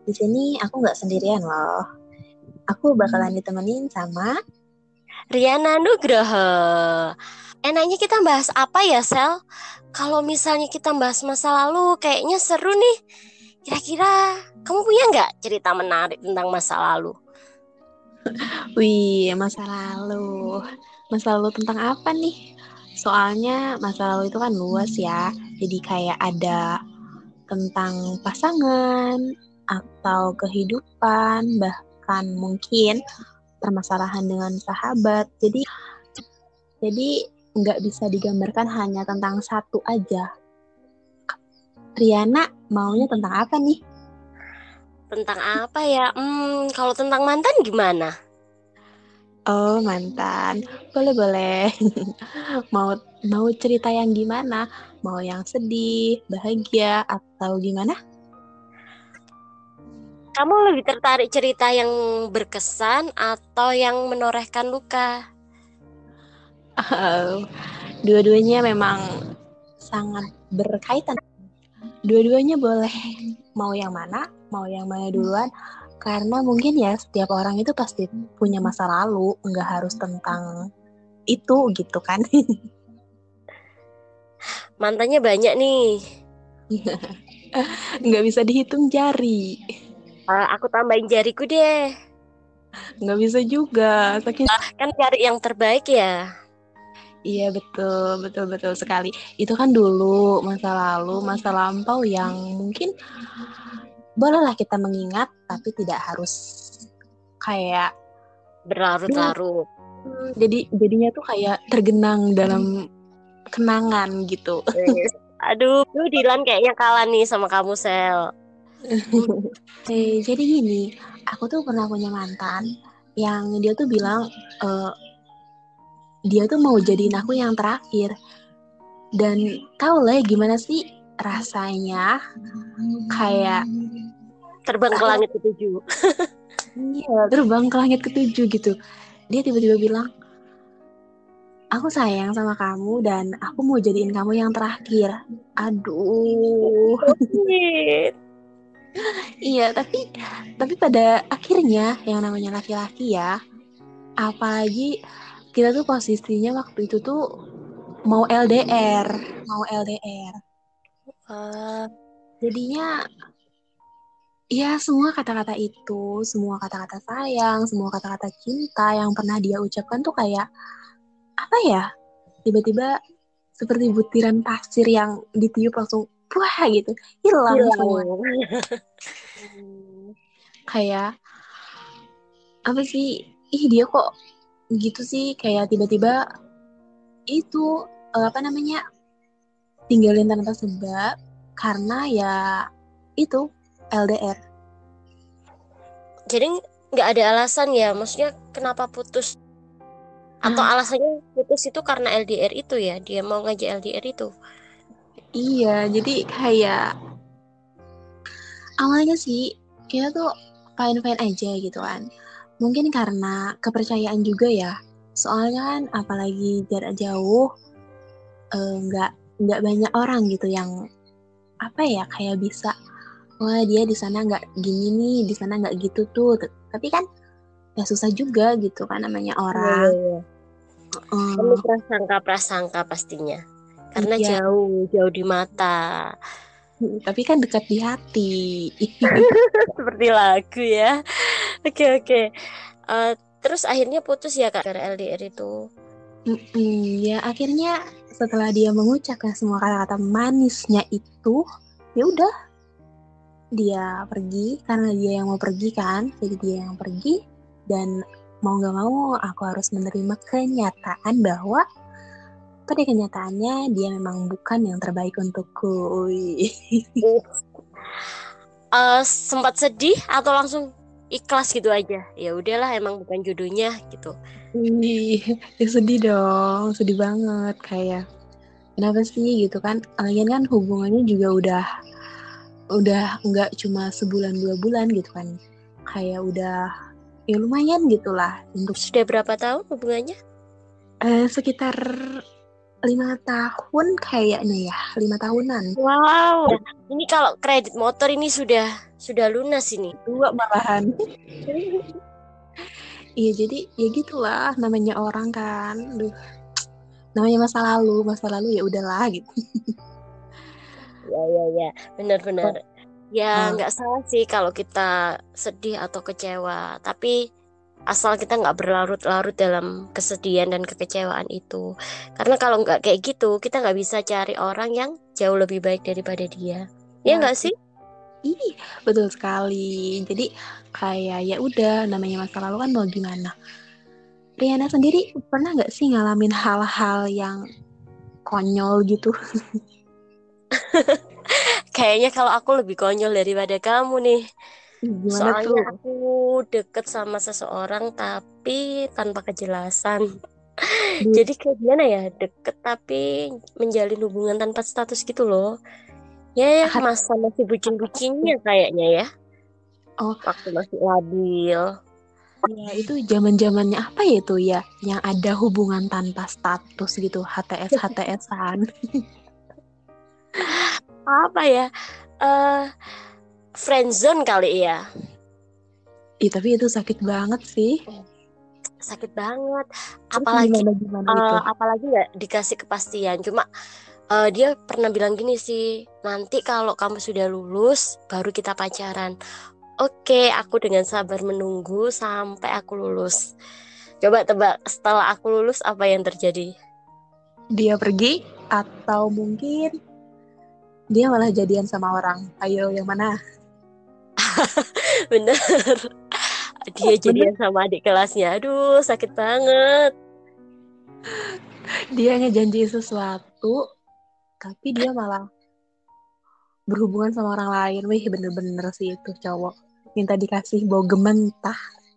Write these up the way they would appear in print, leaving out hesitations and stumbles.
Di sini aku nggak sendirian loh. Aku bakalan ditemenin sama Riana Nugroho. Enaknya kita bahas apa ya, Sel? Kalau misalnya kita bahas masa lalu, kayaknya seru nih. Kira-kira kamu punya nggak cerita menarik tentang masa lalu? Wih, masa lalu. Masa lalu tentang apa nih? Soalnya masa lalu itu kan luas ya. Jadi kayak ada tentang pasangan atau kehidupan, bahkan mungkin permasalahan dengan sahabat. Jadi nggak bisa digambarkan hanya tentang satu aja. Riana maunya tentang apa nih? Tentang apa ya? Kalau tentang mantan gimana? Oh, mantan. Boleh-boleh. Mau mau cerita yang gimana? Mau yang sedih, bahagia, atau gimana? Kamu lebih tertarik cerita yang berkesan atau yang menorehkan luka? Oh, dua-duanya memang sangat berkaitan. Dua-duanya boleh. Mau yang mana? Mau yang mana duluan? Karena mungkin ya setiap orang itu pasti punya masa lalu, nggak harus tentang itu gitu kan. Mantannya banyak nih. Nggak bisa dihitung jari. Aku tambahin jariku deh. Nggak bisa juga. Saking Kan cari yang terbaik ya. iya betul, betul, betul sekali. Itu kan dulu masa lalu, masa lampau yang mungkin bolehlah kita mengingat, tapi tidak harus kayak duh, Berlarut-larut. jadinya tuh kayak tergenang dalam kenangan gitu. Wes. Aduh, Dilan kayaknya kalah nih sama kamu, Sel. Jadi gini, aku tuh pernah punya mantan yang dia tuh bilang eh, dia tuh mau jadiin aku yang terakhir. Dan tau lah ya gimana sih rasanya kayak Terbang ke langit ketujuh. iya, terbang ke langit ketujuh gitu. Dia tiba-tiba bilang, aku sayang sama kamu dan aku mau jadiin kamu yang terakhir. Aduh. Sweet. Iya, tapi pada akhirnya yang namanya laki-laki ya, apalagi kita tuh posisinya waktu itu tuh mau LDR, mau LDR. Ah, Jadinya ya semua kata-kata itu, semua kata-kata sayang, semua kata-kata cinta yang pernah dia ucapkan tuh kayak apa ya? Tiba-tiba seperti butiran pasir yang ditiup langsung wah gitu, hilang semua. hilang. Kayak apa sih? Ih dia kok gitu sih kayak tiba-tiba itu apa namanya? Tinggalin tanpa sebab karena ya itu LDR. Jadi nggak ada alasan ya, maksudnya kenapa putus? Atau Ah, alasannya putus itu karena LDR itu ya, dia mau ngajak LDR itu. iya, jadi kayak awalnya sih kita tuh fine-fine aja gitu kan. Mungkin karena kepercayaan juga ya. Soalnya kan apalagi jarak jauh nggak banyak orang gitu yang apa ya kayak bisa wah dia di sana nggak gini nih di sana nggak gitu tuh. Tapi kan ya susah juga gitu kan namanya Iya, iya, orang. iya. Penuh prasangka-prasangka pastinya. Karena Iya, jauh, jauh di mata. tapi kan dekat di hati. Seperti lagu ya. Oke, oke. Eh, terus akhirnya putus ya Kak, karena LDR itu. Ya akhirnya setelah dia mengucapkan semua kata-kata manisnya itu, ya udah dia pergi karena dia yang mau pergi kan, jadi dia yang pergi dan mau nggak mau aku harus menerima kenyataan bahwa pada kenyataannya dia memang bukan yang terbaik untukku. Wih. Sempat sedih atau langsung ikhlas gitu aja. Ya udahlah, emang bukan jodohnya gitu. Wih, ya sedih dong, sedih banget kayak kenapa sih gitu kan? Lagian kan hubungannya juga udah nggak cuma sebulan 2 bulan gitu kan, kayak udah ya lumayan gitulah untuk Sudah berapa tahun hubungannya? sekitar 5 tahun kayaknya ya, 5 tahunan. Wow, ini kalau kredit motor ini sudah lunas ini. Dua malahan. Iya, jadi ya gitulah namanya orang kan. Duh, namanya masa lalu ya udahlah gitu. Ya, ya, ya, benar-benar. Ya, Oh, nggak salah sih kalau kita sedih atau kecewa. Tapi asal kita nggak berlarut-larut dalam kesedihan dan kekecewaan itu. Karena kalau nggak kayak gitu, kita nggak bisa cari orang yang jauh lebih baik daripada dia. Ya ya, nggak sih? ih, betul sekali. Jadi kayak ya udah namanya masa lalu kan mau gimana. Riana sendiri pernah nggak sih ngalamin hal-hal yang konyol gitu? Kayaknya kalau aku lebih konyol daripada kamu nih. Gimana Soalnya tuh? aku deket sama seseorang tapi tanpa kejelasan. Duh, Jadi kayak gimana ya, deket tapi menjalin hubungan tanpa status gitu loh. Ya, ya, hat- masa masih bucin-bucinnya kayaknya ya. oh Waktu masih labil. ya itu zaman-zamannya apa ya itu ya? Yang ada hubungan tanpa status gitu, HTS HTSan. Apa ya? eh Friendzone kali ya. Ih, tapi itu sakit banget sih. Sakit banget. Terus Apalagi gimana gimana itu? apalagi nggak dikasih kepastian. Cuma dia pernah bilang gini sih, nanti kalau kamu sudah lulus, baru kita pacaran. Oke, aku dengan sabar menunggu sampai aku lulus. Coba tebak, setelah aku lulus apa yang terjadi? Dia pergi atau mungkin dia malah jadian sama orang? Ayo yang mana? Bener, dia Bener, jadian sama adik kelasnya. Aduh, sakit banget. dia ngejanji sesuatu, tapi dia malah berhubungan sama orang lain. Wih, bener-bener sih itu cowok. Minta dikasih bau mentah.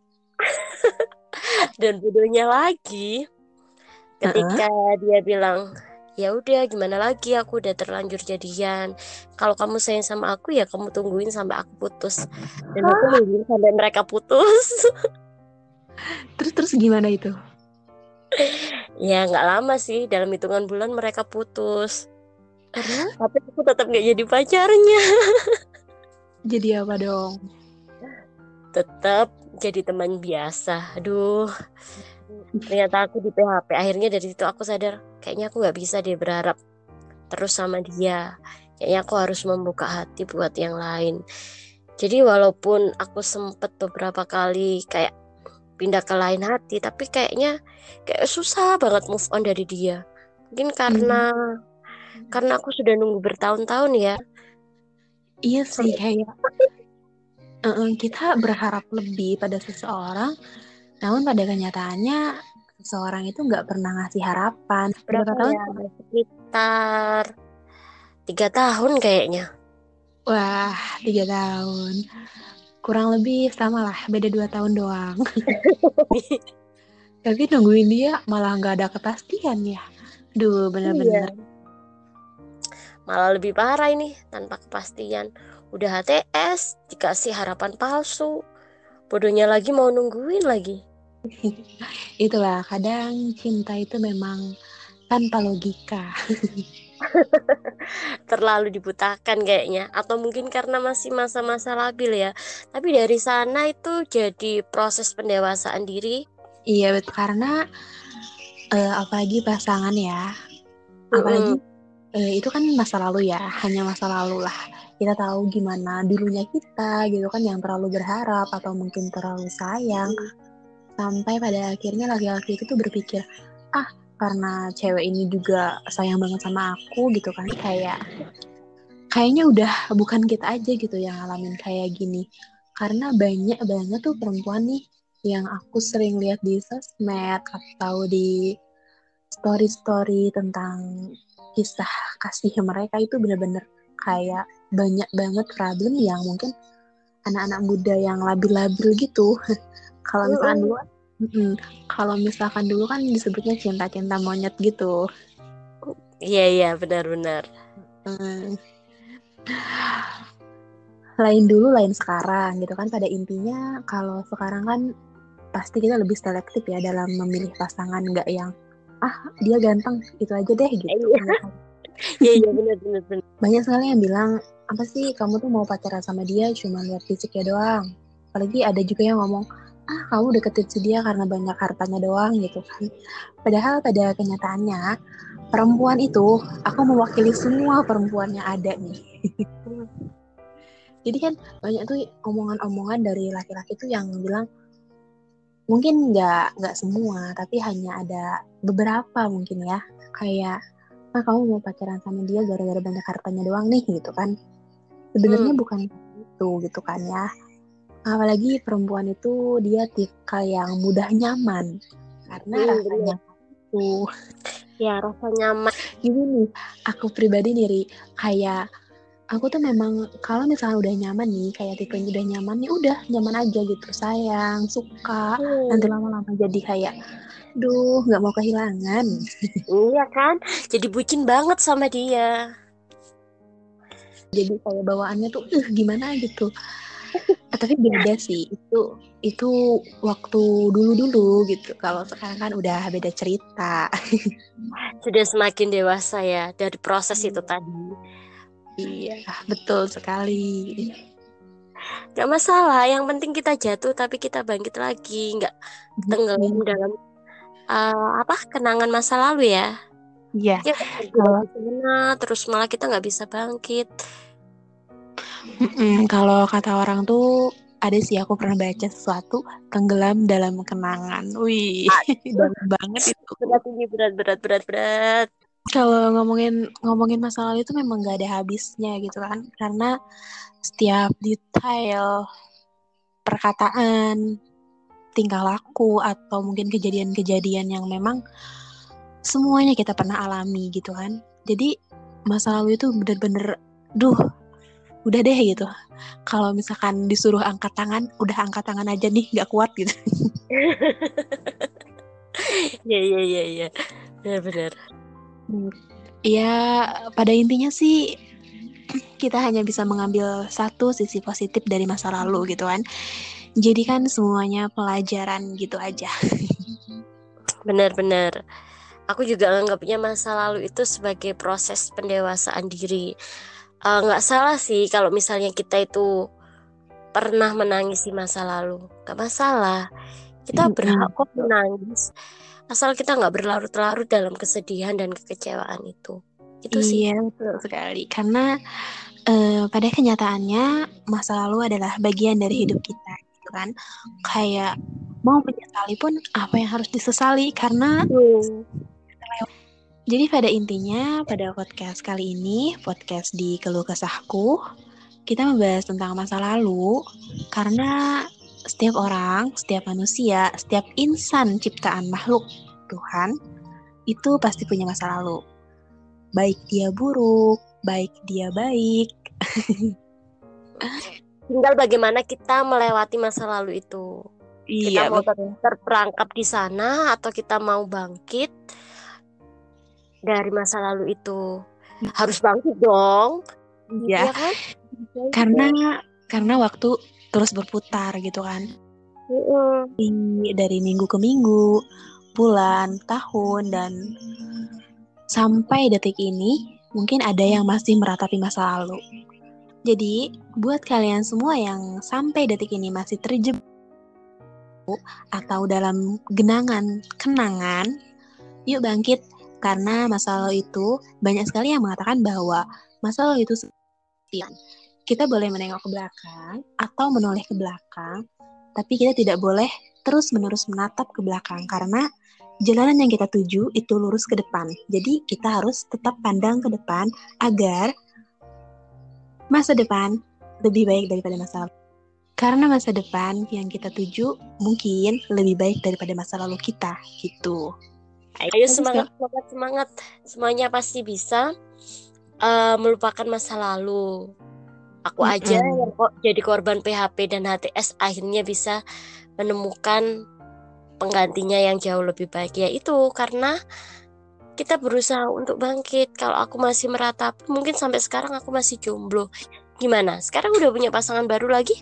Dan bodohnya lagi, Heeh. ketika dia bilang, ya udah gimana lagi, aku udah terlanjur jadian. Kalau kamu sayang sama aku ya kamu tungguin sampai aku putus. Dan aku Hah? nungguin sampai mereka putus. Terus gimana itu? Ya nggak lama sih, dalam hitungan bulan mereka putus. Terus Tapi aku tetap nggak jadi pacarnya. jadi apa dong? Tetap jadi teman biasa. Aduh, ternyata aku di PHP. Akhirnya dari situ aku sadar, kayaknya aku nggak bisa deh berharap terus sama dia. Kayaknya aku harus membuka hati buat yang lain. Jadi walaupun aku sempet beberapa kali kayak pindah ke lain hati, tapi kayaknya kayak susah banget move on dari dia. Mungkin Hmm, karena aku sudah nunggu bertahun-tahun ya. iya sih Sampai kayak kita berharap lebih pada seseorang, namun pada kenyataannya seseorang itu nggak pernah ngasih harapan. Berapa berapa tahun? ya? Sekitar 3 tahun kayaknya. Wah, 3 tahun. Kurang lebih sama lah, beda 2 tahun doang. Tapi nungguin dia malah nggak ada kepastian ya. Duh, bener-bener. Iya, malah lebih parah ini tanpa kepastian. Udah HTS, dikasih harapan palsu. Bodohnya lagi mau nungguin lagi. Itulah, kadang cinta itu memang tanpa logika. Terlalu dibutakan kayaknya. Atau mungkin karena masih masa-masa labil ya. Tapi dari sana itu jadi proses pendewasaan diri. Iya, betul. Karena apalagi pasangan ya. Apalagi Mm-mm. itu kan masa lalu ya, hanya masa lalu lah. Kita tahu gimana dulunya kita gitu kan yang terlalu berharap atau mungkin terlalu sayang. Sampai pada akhirnya laki-laki itu tuh berpikir, ah karena cewek ini juga sayang banget sama aku gitu kan. Kayaknya udah bukan kita aja gitu yang ngalamin kayak gini. Karena banyak banget tuh perempuan nih yang aku sering lihat di sosmed atau di story-story tentang kisah kasih mereka itu bener-bener kayak banyak banget problem yang mungkin anak-anak muda yang labil-labil gitu. Kalau misalkan dulu, Mm-mm. kalau misalkan dulu kan disebutnya cinta-cinta monyet gitu. Iya, iya, benar-benar. Hmm, lain dulu, lain sekarang gitu kan. Pada intinya kalau sekarang kan pasti kita lebih selektif ya dalam memilih pasangan, nggak yang dia ganteng, itu aja deh gitu. Iya benar benar benar. Banyak sekali yang bilang, apa sih kamu tuh mau pacaran sama dia cuma lihat fisiknya doang. Apalagi ada juga yang ngomong, kamu deketin si dia karena banyak hartanya doang gitu kan. Padahal pada kenyataannya perempuan itu, aku mewakili semua perempuan yang ada nih. Jadi kan banyak tuh omongan-omongan dari laki-laki tuh yang bilang, mungkin nggak semua, tapi hanya ada beberapa mungkin ya, kayak kamu mau pacaran sama dia gara-gara banyak hartanya doang nih gitu kan. Sebenarnya bukan itu gitu kan ya. Apalagi perempuan itu dia tipikal yang mudah nyaman karena rasanya itu. Ya rasa nyaman. Gini nih, aku pribadi nih, kayak aku tuh memang kalau misalnya udah nyaman nih, kayak tipenya udah nyaman nih, udah nyaman aja gitu, sayang, suka. Nanti lama-lama jadi kayak, nggak mau kehilangan. Iya kan, jadi bucin banget sama dia. Jadi kayak bawaannya tuh, gimana gitu. Tapi beda sih, itu waktu dulu-dulu gitu. Kalau sekarang kan udah beda cerita. Sudah semakin dewasa ya dari proses itu tadi. Iya, betul sekali. Gak masalah, yang penting kita jatuh tapi kita bangkit lagi, nggak tenggelam dalam kenangan masa lalu ya. Iya. Ya terjebak di sana, terus malah kita nggak bisa bangkit. Kalau kata orang tuh ada sih, aku pernah baca sesuatu, tenggelam dalam kenangan. Wih, dalam banget itu. Berat ini, berat. Kalau ngomongin masa lalu itu memang gak ada habisnya gitu kan, karena setiap detail perkataan, tingkah laku, atau mungkin kejadian-kejadian yang memang semuanya kita pernah alami gitu kan. Jadi masa lalu itu bener-bener, udah deh gitu. Kalau misalkan disuruh angkat tangan, udah angkat tangan aja nih, gak kuat gitu. Iya. Benar. Ya, pada intinya sih kita hanya bisa mengambil satu sisi positif dari masa lalu gitu kan. Jadi kan semuanya pelajaran gitu aja. Benar. Aku juga anggapnya masa lalu itu sebagai proses pendewasaan diri. Nggak salah sih kalau misalnya kita itu pernah menangis di masa lalu. Nggak masalah. Kita berhak kok menangis. Asal kita nggak berlarut-larut dalam kesedihan dan kekecewaan itu. Itu sih. Iya, betul sekali. Karena pada kenyataannya masa lalu adalah bagian dari hidup kita gitu kan. Kayak mau menyesali pun apa yang harus disesali, karena jadi pada intinya pada podcast kali ini, podcast di Keluh Kesahku, kita membahas tentang masa lalu karena setiap orang, setiap manusia, setiap insan ciptaan makhluk Tuhan itu pasti punya masa lalu. Baik dia buruk, baik dia baik. Tinggal bagaimana kita melewati masa lalu itu. Kita mau terperangkap di sana atau kita mau bangkit dari masa lalu itu. Harus bangkit dong. Iya kan? Karena waktu terus berputar gitu kan. Dari minggu ke minggu, bulan, tahun, dan sampai detik ini mungkin ada yang masih meratapi masa lalu. Jadi buat kalian semua yang sampai detik ini masih terjebak atau dalam genangan kenangan, yuk bangkit. Karena masa lalu itu banyak sekali yang mengatakan bahwa masa lalu itu kita boleh menengok ke belakang atau menoleh ke belakang, tapi kita tidak boleh terus-menerus menatap ke belakang karena jalanan yang kita tuju itu lurus ke depan. Jadi kita harus tetap pandang ke depan agar masa depan lebih baik daripada masa lalu. Karena masa depan yang kita tuju mungkin lebih baik daripada masa lalu kita gitu. Ayo semangat. Semuanya pasti bisa melupakan masa lalu. Aku aja yang kok jadi korban PHP dan HTS akhirnya bisa menemukan penggantinya yang jauh lebih baik. Yaitu karena kita berusaha untuk bangkit. Kalau aku masih meratapi, mungkin sampai sekarang aku masih jomblo. Gimana? Sekarang udah punya pasangan baru lagi?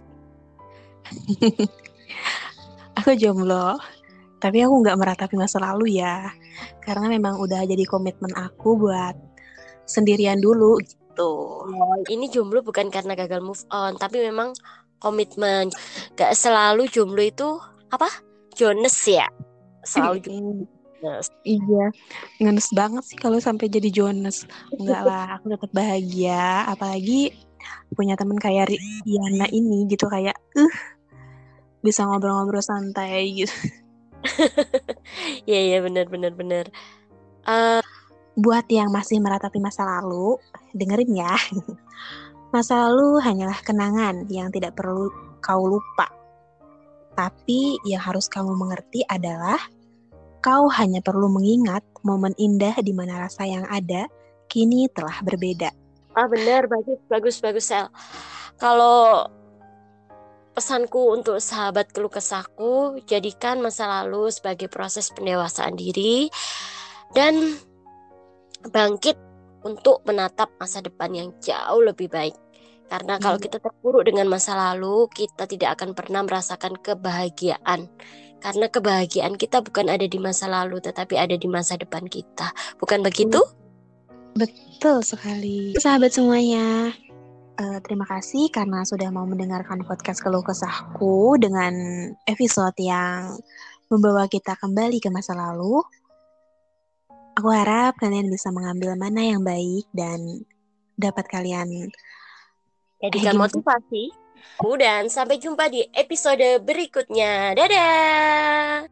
Aku jomblo, tapi aku nggak meratapi masa lalu ya. Karena memang udah jadi komitmen aku buat sendirian dulu gitu. Oh, ini jomblo bukan karena gagal move on, tapi memang komitmen. Gak selalu jomblo itu apa? Jones ya. Selalu Jones. Iya, ngenes banget sih kalau sampai jadi Jonas. Enggak lah, aku tetap bahagia. Apalagi punya temen kayak Riana ini gitu, kayak bisa ngobrol-ngobrol santai gitu. Iya, iya, benar, benar, benar. Buat yang masih meratapi masa lalu, dengerin ya. Masa lalu hanyalah kenangan yang tidak perlu kau lupa. Tapi yang harus kamu mengerti adalah kau hanya perlu mengingat momen indah di mana rasa yang ada kini telah berbeda. Benar, bagus, bagus, bagus, Sel. Kalau pesanku untuk sahabat keluh kesahku, jadikan masa lalu sebagai proses pendewasaan diri dan bangkit untuk menatap masa depan yang jauh lebih baik. Karena kalau kita terpuruk dengan masa lalu, kita tidak akan pernah merasakan kebahagiaan. Karena kebahagiaan kita bukan ada di masa lalu, tetapi ada di masa depan kita. Bukan begitu? Betul sekali. Sahabat semuanya, terima kasih karena sudah mau mendengarkan podcast keluh kesahku dengan episode yang membawa kita kembali ke masa lalu. Aku harap kalian bisa mengambil mana yang baik dan dapat kalian Jadikan gimana? motivasi. Dan sampai jumpa di episode berikutnya. Dadah!